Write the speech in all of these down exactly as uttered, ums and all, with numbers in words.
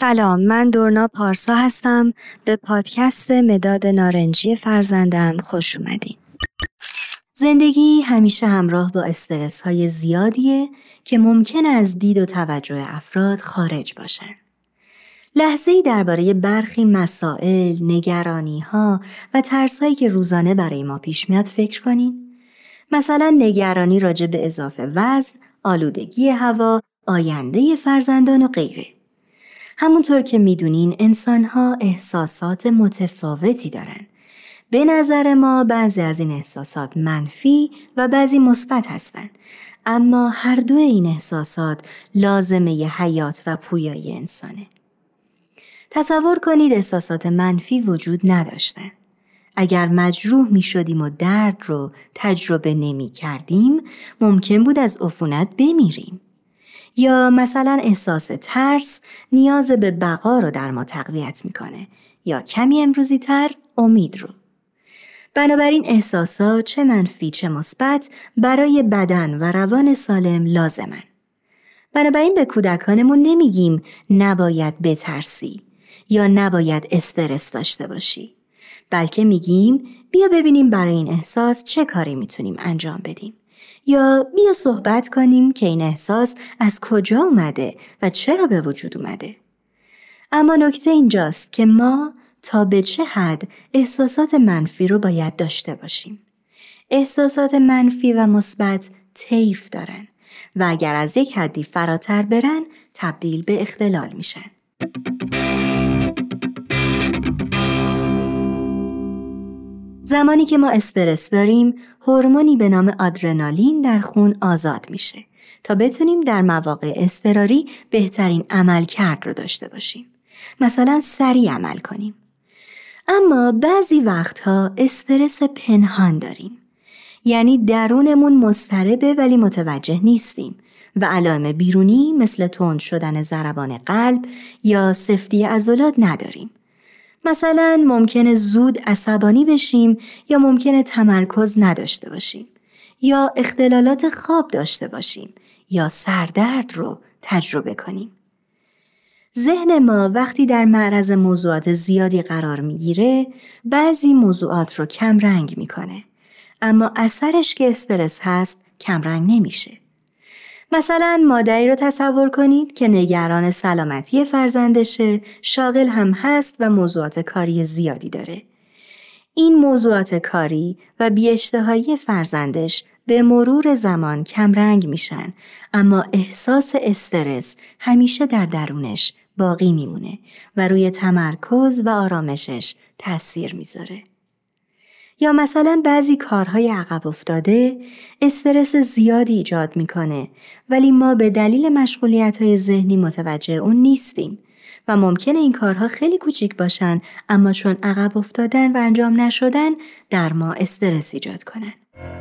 سلام، من دورنا پارسا هستم. به پادکست مداد نارنجی فرزندم خوش اومدین. زندگی همیشه همراه با استرس های زیادیه که ممکن از دید و توجه افراد خارج باشن. لحظه‌ای درباره برخی مسائل، نگرانی‌ها و ترسایی که روزانه برای ما پیش میاد فکر کنین. مثلا نگرانی راجع به اضافه وزن، آلودگی هوا، آینده فرزندان و غیره. همونطور که میدونین انسان‌ها احساسات متفاوتی دارن. به نظر ما بعضی از این احساسات منفی و بعضی مثبت هستن. اما هر دو این احساسات لازمه ی حیات و پویایی انسانه. تصور کنید احساسات منفی وجود نداشتن. اگر مجروح می شدیم و درد رو تجربه نمی کردیم، ممکن بود از عفونت بمیریم. یا مثلا احساس ترس نیاز به بقا رو در ما تقویت میکنه یا کمی امروزی تر امید رو. بنابراین احساسات چه منفی چه مثبت برای بدن و روان سالم لازمن. بنابراین به کودکانمون نمیگیم نباید بترسی یا نباید استرس داشته باشی، بلکه میگیم بیا ببینیم برای این احساس چه کاری میتونیم انجام بدیم. یا بیا صحبت کنیم که این احساس از کجا اومده و چرا به وجود اومده. اما نکته اینجاست که ما تا به چه حد احساسات منفی رو باید داشته باشیم. احساسات منفی و مثبت طیف دارن و اگر از یک حدی فراتر برن تبدیل به اختلال میشن. زمانی که ما استرس داریم، هورمونی به نام آدرنالین در خون آزاد میشه تا بتونیم در مواقع اضطراری بهترین عملکرد رو داشته باشیم. مثلا سریع عمل کنیم. اما بعضی وقتها استرس پنهان داریم. یعنی درونمون مضطربه ولی متوجه نیستیم و علائم بیرونی مثل تند شدن ضربان قلب یا سفتی عضلات نداریم. مثلا ممکنه زود عصبانی بشیم یا ممکنه تمرکز نداشته باشیم یا اختلالات خواب داشته باشیم یا سردرد رو تجربه کنیم. ذهن ما وقتی در معرض موضوعات زیادی قرار میگیره بعضی موضوعات رو کم رنگ میکنه، اما اثرش که استرس هست کم رنگ نمیشه. مثلا مادری رو تصور کنید که نگران سلامتی فرزندشه، شاغل هم هست و موضوعات کاری زیادی داره. این موضوعات کاری و بی‌اشتهایی فرزندش به مرور زمان کمرنگ میشن، اما احساس استرس همیشه در درونش باقی میمونه و روی تمرکز و آرامشش تأثیر میذاره. یا مثلا بعضی کارهای عقب افتاده استرس زیادی ایجاد میکنه ولی ما به دلیل مشغولیت‌های ذهنی متوجه اون نیستیم و ممکنه این کارها خیلی کوچیک باشن اما چون عقب افتادن و انجام نشدن در ما استرس ایجاد کنن.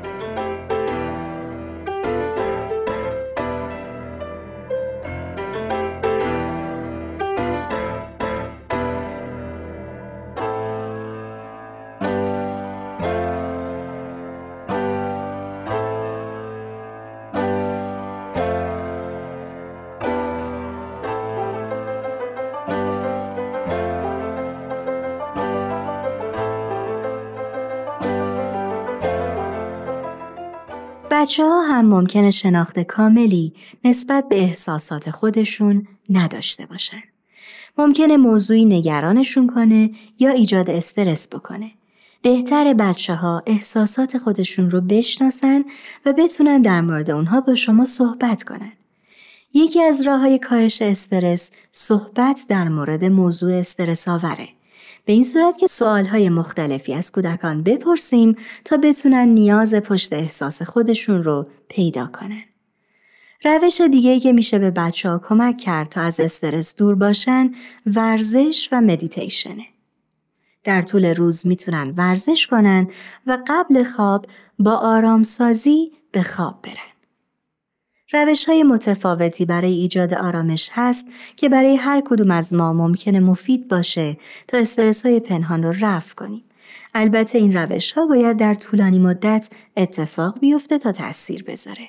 بچه ها هم ممکنه شناخت کاملی نسبت به احساسات خودشون نداشته باشن. ممکنه موضوعی نگرانشون کنه یا ایجاد استرس بکنه. بهتره بچه ها احساسات خودشون رو بشناسن و بتونن در مورد اونها با شما صحبت کنن. یکی از راه‌های کاهش استرس صحبت در مورد موضوع استرس آوره. به این صورت که سوالهای مختلفی از کودکان بپرسیم تا بتونن نیاز پشت احساس خودشون رو پیدا کنن. روش دیگه‌ای که میشه به بچه‌ها کمک کرد تا از استرس دور باشن ورزش و مدیتیشنه. در طول روز میتونن ورزش کنن و قبل خواب با آرامسازی به خواب برن. روش‌های متفاوتی برای ایجاد آرامش هست که برای هر کدوم از ما ممکنه مفید باشه تا استرس‌های پنهان رو رفع کنیم. البته این روش‌ها باید در طولانی مدت اتفاق بیفته تا تأثیر بذاره.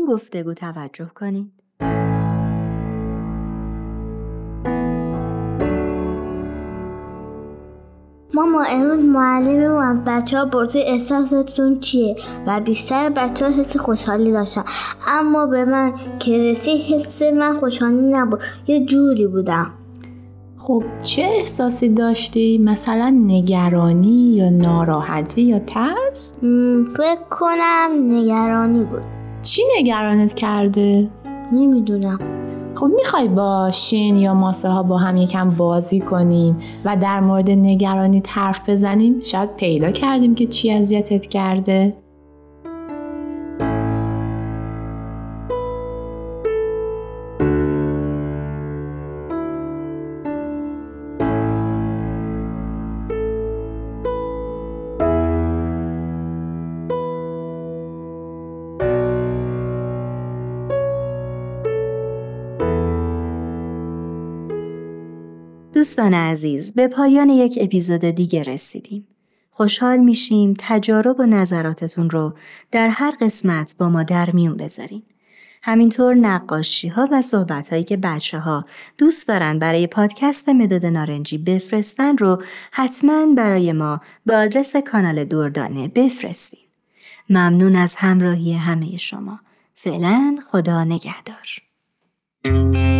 گفتگو توجه کنید. ماما امروز معلممون از بچه ها پرسید احساستون چیه و بیشتر بچه ها حس خوشحالی داشتن، اما به من که رسید حس من خوشحالی نبود، یه جوری بودم. خب چه احساسی داشتی؟ مثلا نگرانی یا ناراحتی یا ترس؟ فکر کنم نگرانی بود. چی نگرانت کرده؟ نمیدونم. خب میخوای با شین یا ماسه ها با هم یکم بازی کنیم و در مورد نگرانی حرف بزنیم؟ شاید پیدا کردیم که چی اذیتت کرده؟ دوستان عزیز، به پایان یک اپیزود دیگه رسیدیم. خوشحال میشیم تجارب و نظراتتون رو در هر قسمت با ما در میون بذارین. همینطور نقاشی ها و صحبت هایی که بچه ها دوست دارن برای پادکست مداد نارنجی بفرستن رو حتما برای ما به آدرس کانال دردانه بفرستین. ممنون از همراهی همه شما. فعلا خدا نگهدار.